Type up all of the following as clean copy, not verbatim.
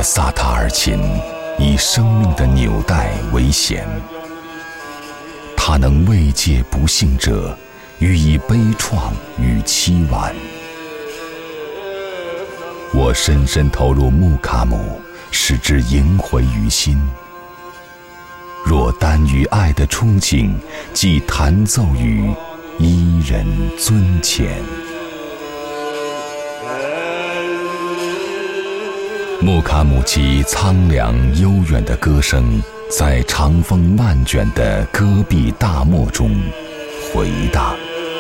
的萨塔尔琴以生命的纽带为弦，它能慰藉不幸者，予以悲怆与凄婉。我深深投入穆卡姆，使之萦回于心。若单于爱的憧憬，即弹奏于伊人尊前。穆卡姆其苍凉悠远的歌声，在长风漫卷的戈壁大漠中回荡。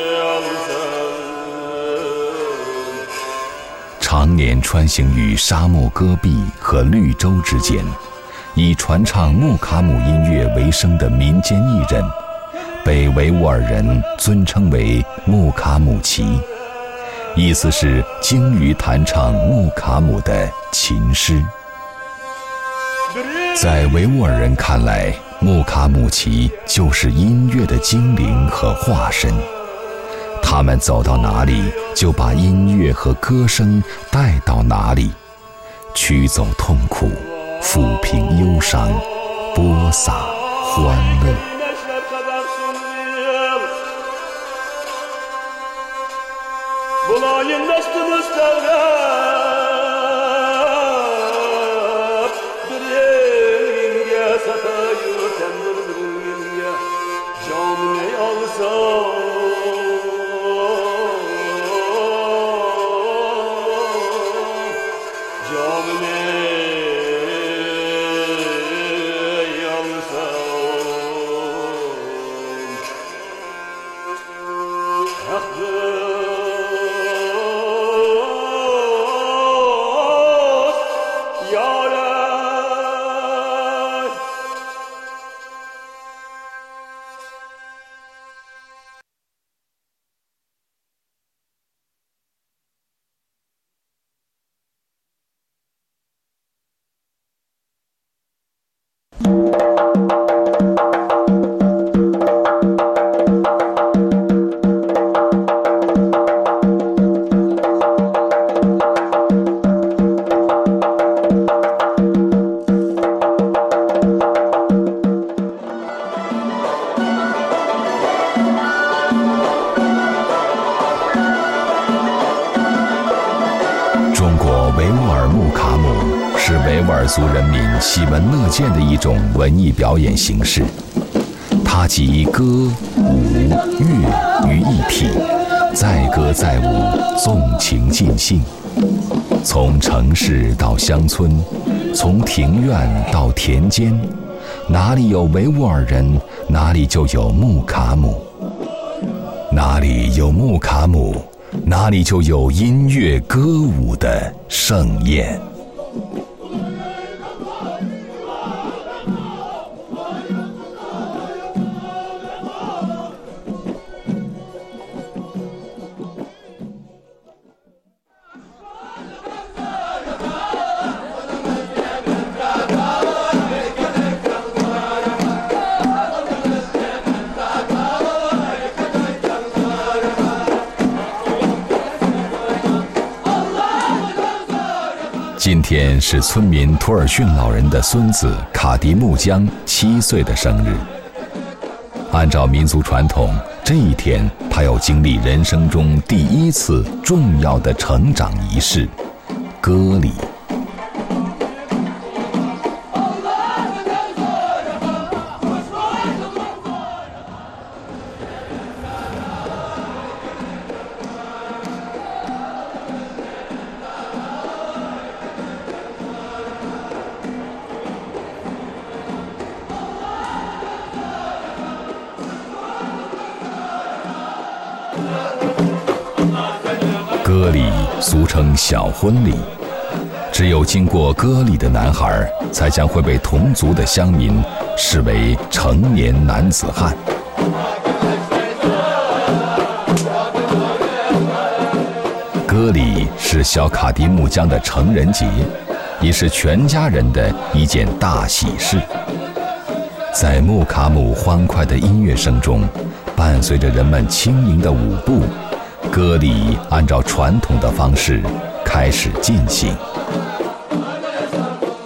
常年穿行于沙漠戈壁和绿洲之间，以传唱穆卡姆音乐为生的民间艺人，被维吾尔人尊称为穆卡姆齐，意思是精于弹唱穆卡姆的琴诗。在维吾尔人看来，穆卡姆齐就是音乐的精灵和化身，他们走到哪里，就把音乐和歌声带到哪里，驱走痛苦，抚平忧伤，播撒欢乐。中国维吾尔穆卡姆是维吾尔族人民喜闻乐见的一种文艺表演形式，它集歌、舞、乐于一体，载歌载舞，纵情尽兴。从城市到乡村，从庭院到田间，哪里有维吾尔人，哪里就有穆卡姆；哪里有穆卡姆，哪里就有音乐歌舞的盛宴。今天是村民图尔逊老人的孙子卡迪木江7岁的生日。按照民族传统，这一天他要经历人生中第一次重要的成长仪式——歌礼。歌礼俗称小婚礼，只有经过歌礼的男孩才将会被同族的乡民视为成年男子汉。歌礼是小卡迪木江的成人节，也是全家人的一件大喜事。在穆卡姆欢快的音乐声中，伴随着人们轻盈的舞步，歌礼按照传统的方式开始进行。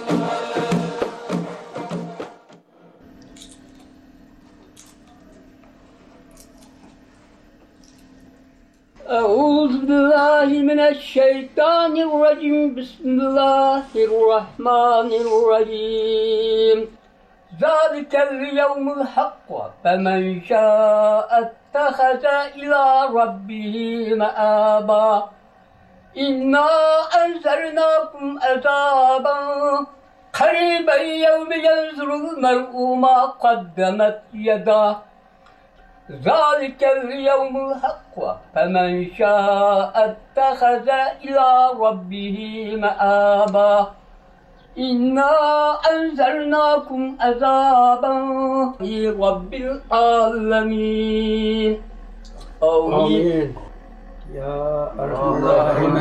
أعوذ بالله من الشيطان الرجيم بسم الله الرحمن الرحيم ذلك اليوم الحق فمن شاء اتخذ إلى ربه مآبا إنا أنذرناكم عذابا قريبا يوم ينظر المرء ما قدمت يداه ذلك اليوم الحق فمن شاء اتخذ إلى ربه مآبا إنا أنذرناكم عذابا في رب العالمين آمين يا أرحم الراحمين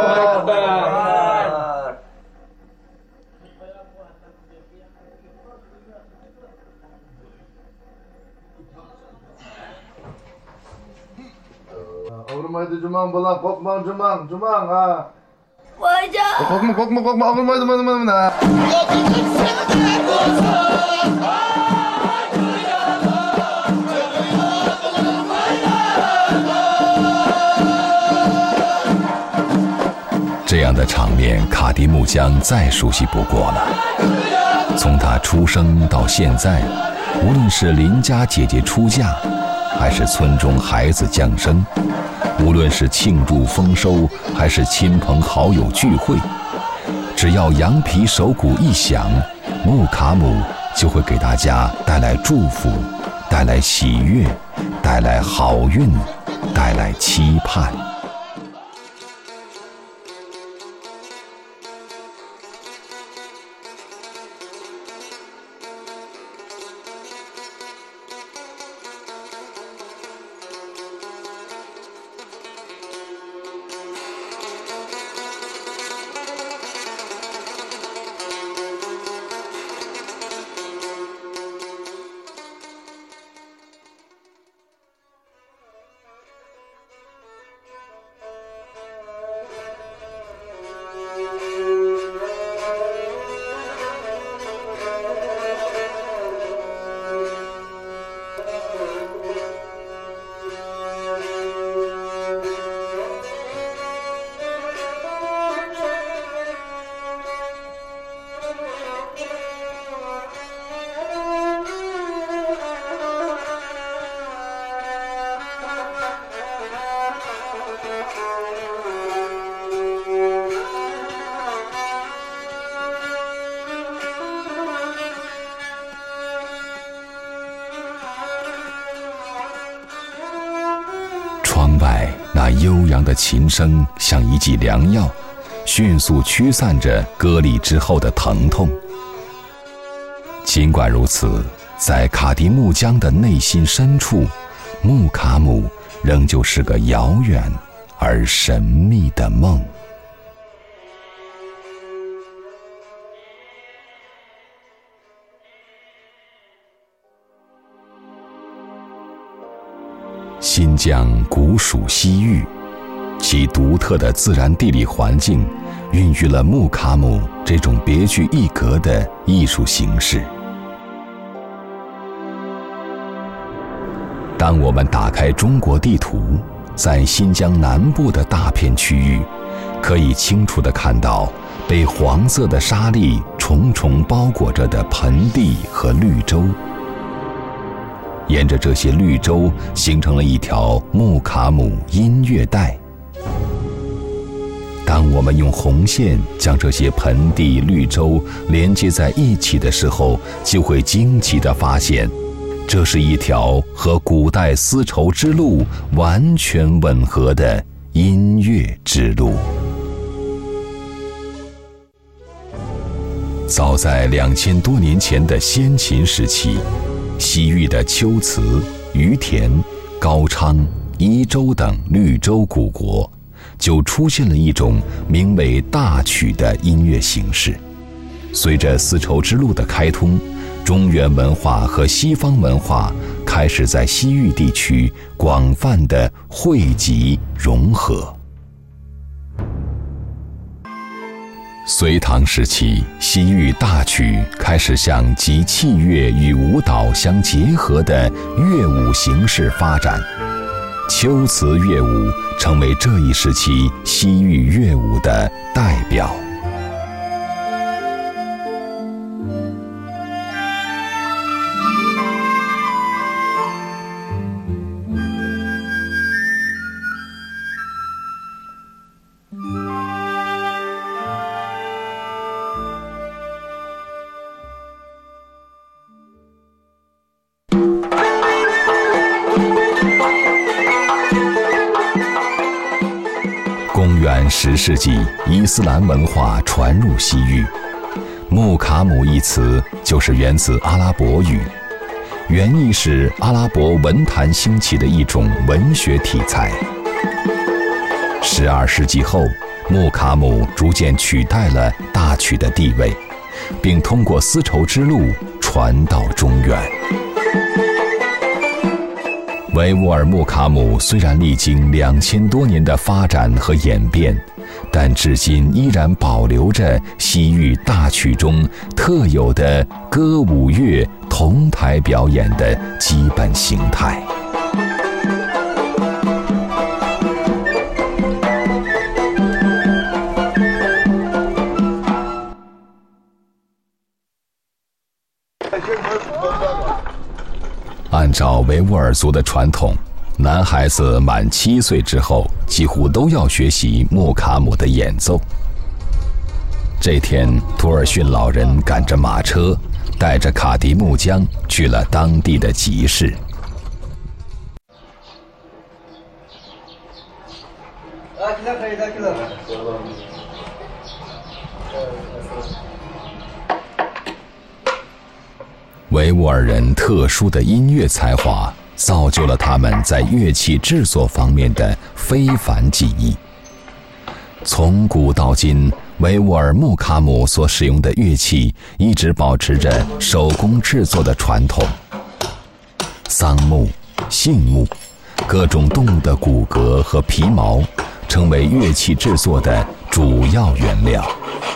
Ormaydı cumang bolang kokmang jumang ha. Wajah. Kokma ormaydı ha. 这样的场面，卡迪木江再熟悉不过了。从他出生到现在，无论是邻家姐姐出嫁，还是村中孩子降生，无论是庆祝丰收，还是亲朋好友聚会，只要羊皮手鼓一响，木卡姆就会给大家带来祝福，带来喜悦，带来好运，带来期盼。窗外那悠扬的琴声像一剂良药，迅速驱散着割礼之后的疼痛。尽管如此，在卡迪木江的内心深处，木卡姆仍旧是个遥远而神秘的梦。新疆古属西域，其独特的自然地理环境孕育了木卡姆这种别具一格的艺术形式。当我们打开中国地图，在新疆南部的大片区域，可以清楚地看到被黄色的沙砾重重包裹着的盆地和绿洲。沿着这些绿洲形成了一条木卡姆音乐带。当我们用红线将这些盆地绿洲连接在一起的时候，就会惊奇地发现，这是一条和古代丝绸之路完全吻合的音乐之路。早在2000多年前的先秦时期，西域的龟兹、于田、高昌、伊州等绿洲古国就出现了一种名为大曲的音乐形式。随着丝绸之路的开通，中原文化和西方文化开始在西域地区广泛的汇集融合。隋唐时期，西域大曲开始向集器乐与舞蹈相结合的乐舞形式发展。 秋词乐舞成为这一时期西域乐舞的代表。公元10世纪，伊斯兰文化传入西域。穆卡姆一词就是源自阿拉伯语，原意是阿拉伯文坛兴起的一种文学题材。12世纪后，穆卡姆逐渐取代了大曲的地位，并通过丝绸之路传到中原。维吾尔穆卡姆虽然历经2000多年的发展和演变，但至今依然保留着西域大曲中特有的歌舞乐同台表演的基本形态。按照维吾尔族的传统，男孩子满7岁之后，几乎都要学习穆卡姆的演奏。这天，图尔逊老人赶着马车，带着卡迪木江去了当地的集市。维吾尔人特殊的音乐才华，造就了他们在乐器制作方面的非凡技艺。从古到今，维吾尔穆卡姆所使用的乐器一直保持着手工制作的传统。桑木、杏木、各种动物的骨骼和皮毛，成为乐器制作的主要原料。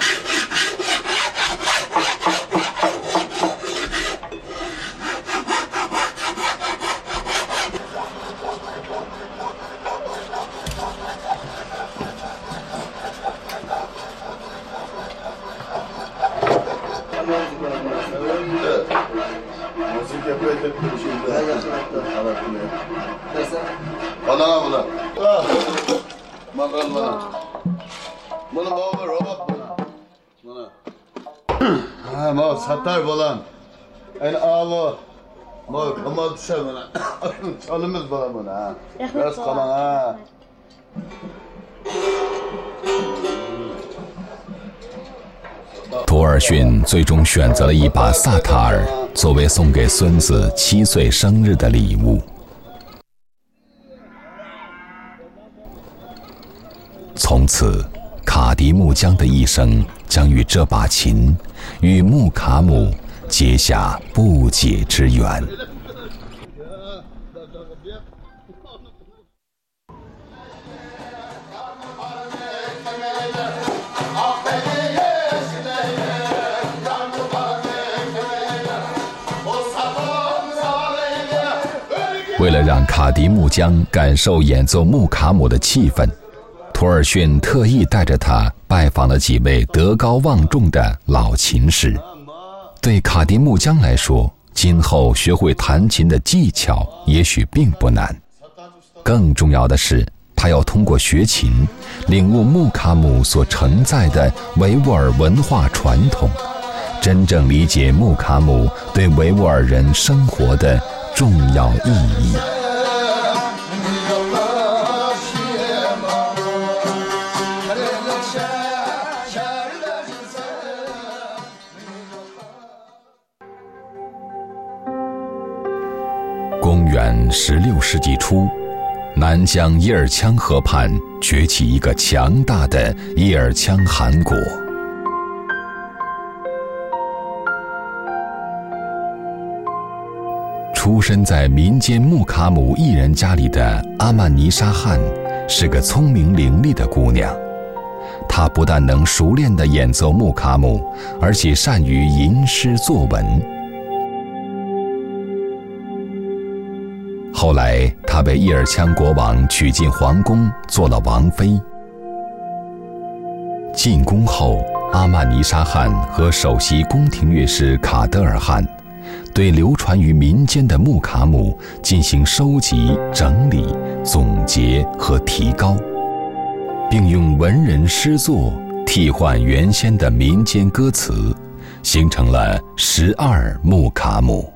Satar falan. En ağlı. Ama düşer bana. Çalımız bana buna ha. Biraz kalan ha. 图尔逊最终选择了一把萨塔尔作为送给孙子7岁生日的礼物。从此，卡迪木江的一生将与这把琴，与穆卡姆结下不解之缘。为了让卡迪木江感受演奏穆卡姆的气氛，图尔逊特意带着他拜访了几位德高望重的老琴师。对卡迪木江来说，今后学会弹琴的技巧也许并不难，更重要的是，他要通过学琴，领悟穆卡姆所承载的维吾尔文化传统，真正理解穆卡姆对维吾尔人生活的重要意义。公元16世纪初，南疆叶尔羌河畔崛起一个强大的叶尔羌汗国。出身在民间穆卡姆艺人家里的阿曼尼沙汗是个聪明伶俐的姑娘，她不但能熟练地演奏穆卡姆，而且善于吟诗作文。 后来她被伊尔羌国王娶进皇宫，做了王妃。进宫后，阿曼尼沙汗和首席宫廷乐师卡德尔汗对流传于民间的木卡姆进行收集、整理、总结和提高，并用文人诗作替换原先的民间歌词，形成了12木卡姆。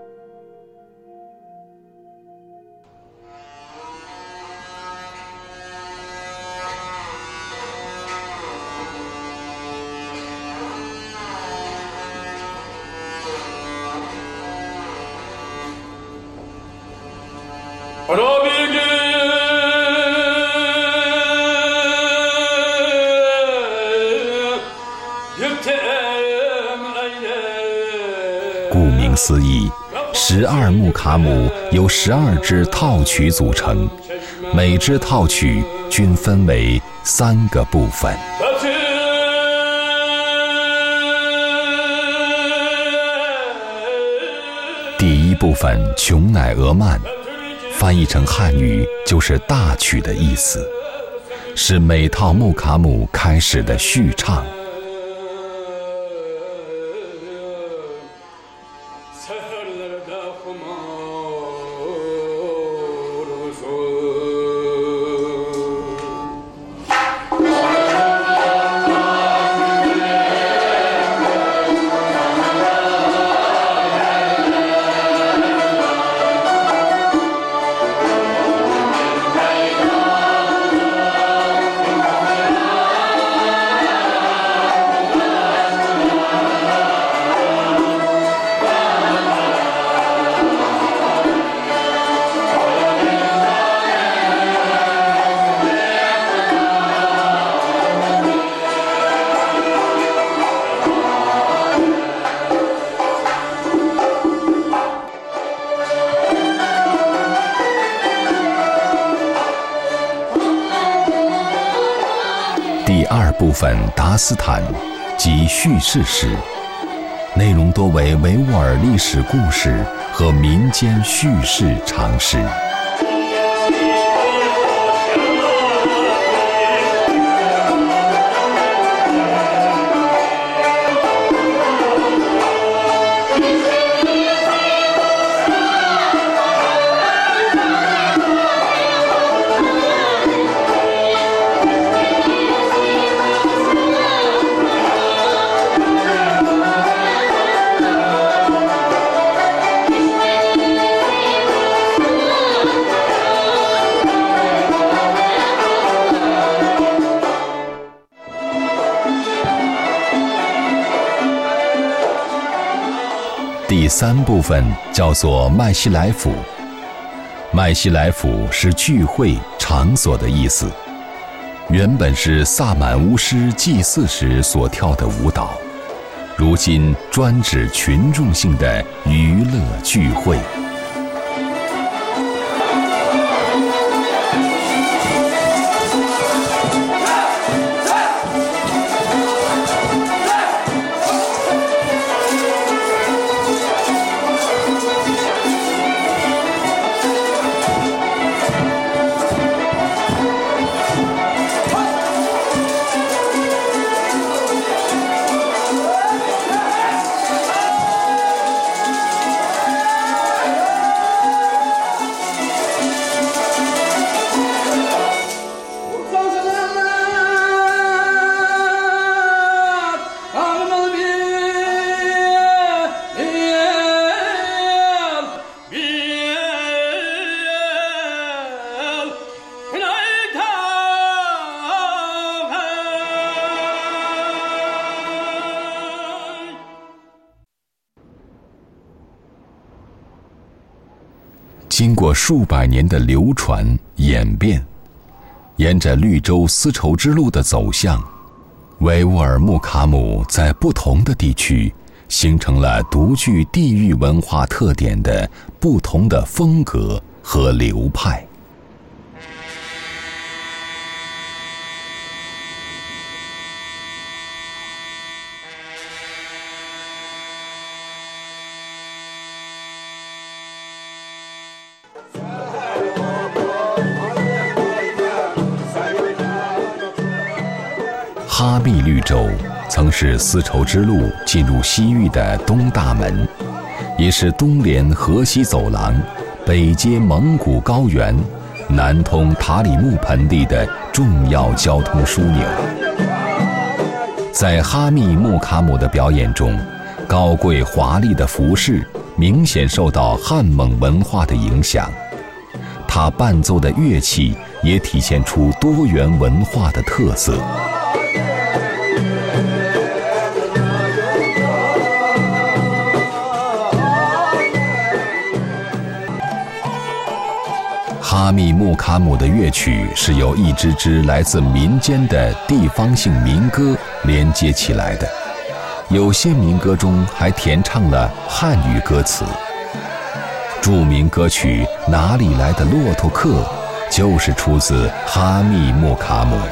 顾名思义，12木卡姆由12支套曲组成，每支套曲均分为3个部分。第一部分琼乃俄曼，翻译成汉语就是大曲的意思，是每套木卡姆开始的序唱。第2部分达斯坦即叙事诗，内容多为维吾尔历史故事和民间叙事常识。第3部分叫做麦西来府，麦西来府是聚会场所的意思，原本是萨满巫师祭祀时所跳的舞蹈，如今专指群众性的娱乐聚会。经过数百年的流传演变，沿着绿洲丝绸之路的走向，维吾尔木卡姆在不同的地区形成了独具地域文化特点的不同的风格和流派。 哈密绿洲曾是丝绸之路进入西域的东大门，也是东连河西走廊、北接蒙古高原、南通塔里木盆地的重要交通枢纽。在哈密木卡姆的表演中，高贵华丽的服饰明显受到汉蒙文化的影响，它伴奏的乐器也体现出多元文化的特色。哈密木卡姆的乐曲是由一支支来自民间的地方性民歌连接起来的，有些民歌中还填唱了汉语歌词。著名歌曲《哪里来的骆驼客》就是出自哈密木卡姆。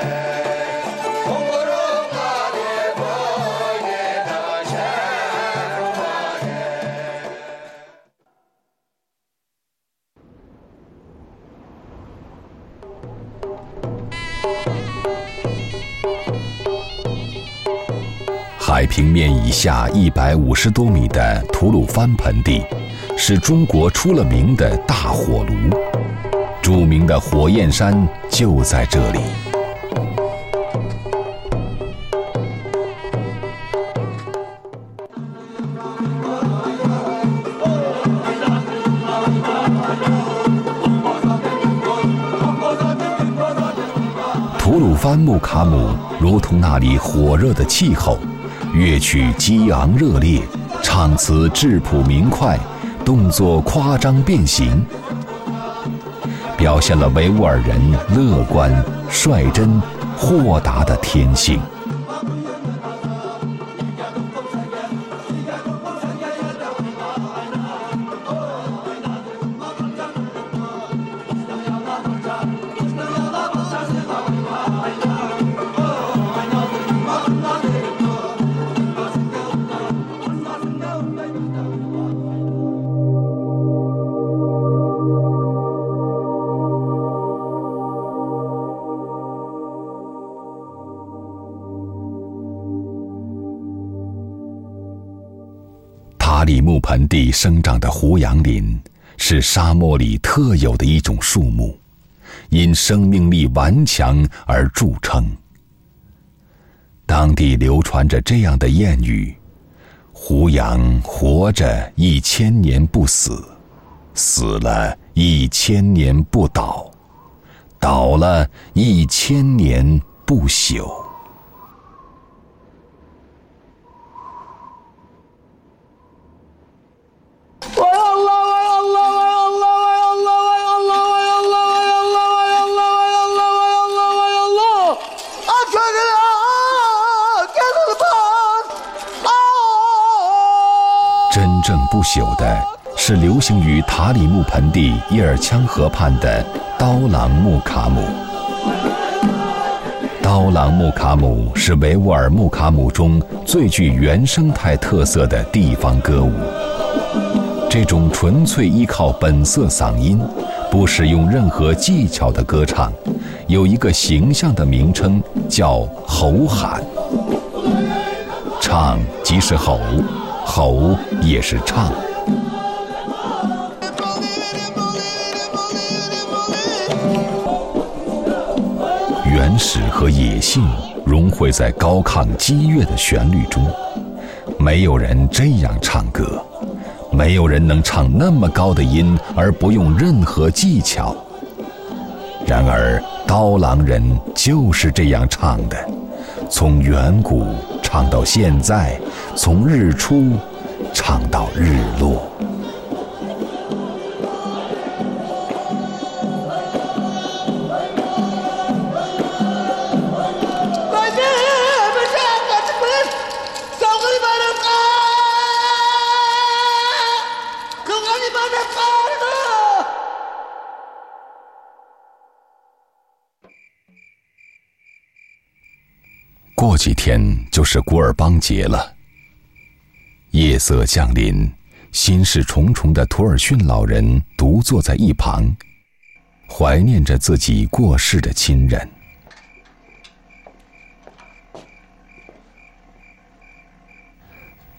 海平面以下150多米的吐鲁番盆地，是中国出了名的大火炉，著名的火焰山就在这里。吐鲁番木卡姆如同那里火热的气候，乐曲激昂热烈，唱词质朴明快，动作夸张变形，表现了维吾尔人乐观、率真、豁达的天性。塔里木盆地生长的胡杨林是沙漠里特有的一种树木，因生命力顽强而著称。当地流传着这样的谚语：胡杨活着1000年不死，死了1000年不倒，倒了1000年不朽。真正不朽的是流行于塔里木盆地叶尔羌河畔的刀郎木卡姆。刀郎木卡姆是维吾尔木卡姆中最具原生态特色的地方歌舞。这种纯粹依靠本色嗓音，不使用任何技巧的歌唱，有一个形象的名称，叫吼喊。唱即是吼，吼也是唱。原始和野性融汇在高亢激越的旋律中，没有人这样唱歌，没有人能唱那么高的音而不用任何技巧。然而刀郎人就是这样唱的，从远古唱到现在，从日出唱到日落。过几天就是古尔邦节了，夜色降临，心事重重的图尔逊老人独坐在一旁，怀念着自己过世的亲人。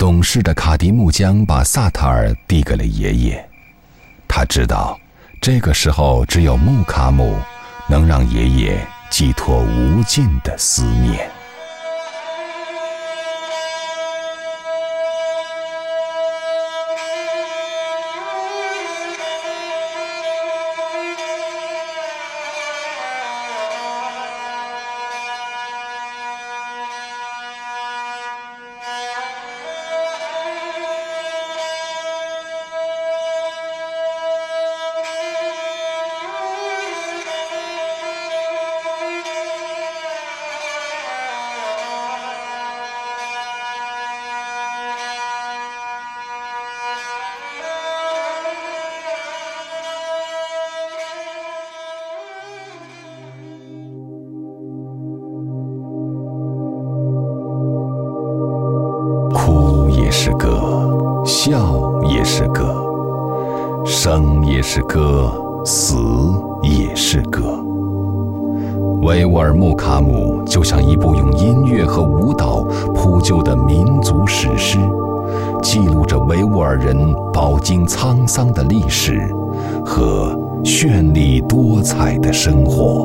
懂事的卡迪木江把萨塔尔递给了爷爷，他知道这个时候只有穆卡姆能让爷爷寄托无尽的思念。哭也是歌，笑也是歌，生也是歌，死也是歌。维吾尔穆卡姆就像一部用音乐和舞蹈铺就的民族史诗，记录着维吾尔人饱经沧桑的历史和绚丽多彩的生活。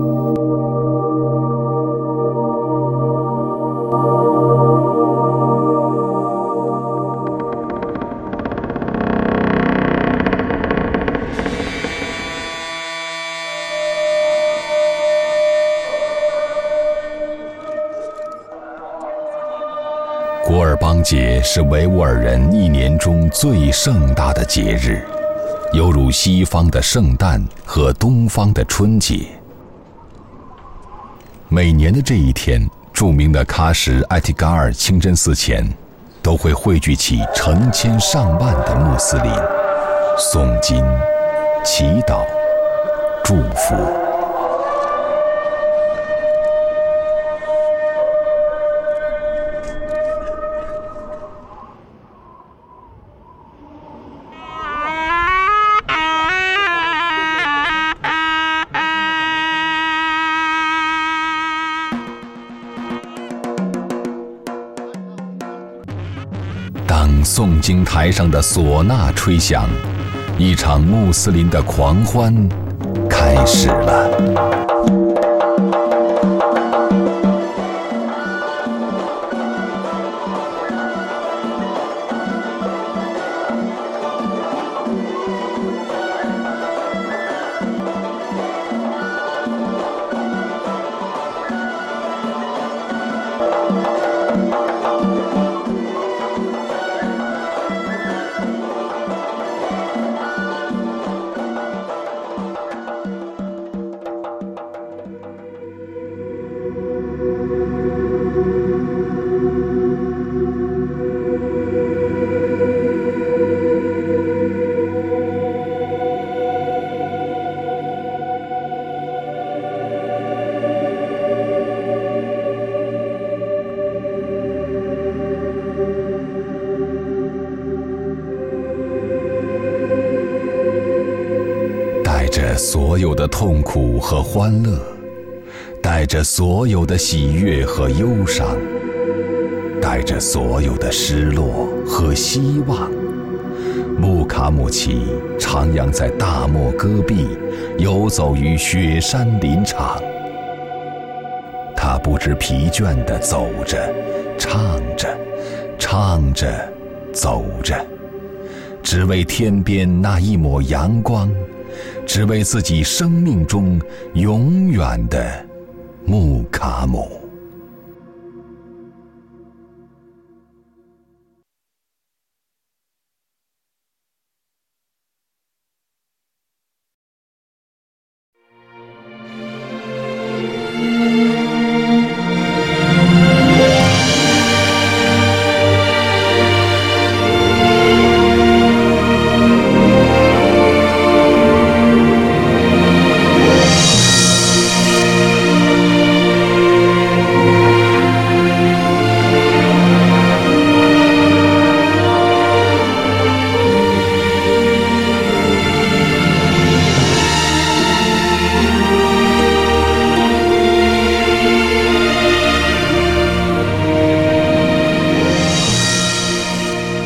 古尔邦节是维吾尔人一年中最盛大的节日，犹如西方的圣诞和东方的春节。每年的这一天，著名的喀什艾提嘎尔清真寺前都会汇聚起成千上万的穆斯林，诵经、祈祷、祝福。当诵经台上的唢呐吹响，一场穆斯林的狂欢开始了。带着所有的痛苦和欢乐，带着所有的喜悦和忧伤，带着所有的失落和希望，穆卡姆旗徜徉在大漠戈壁，游走于雪山林场。他不知疲倦地走着，唱着，唱着，走着，只为天边那一抹阳光，只为自己生命中永远的穆卡姆。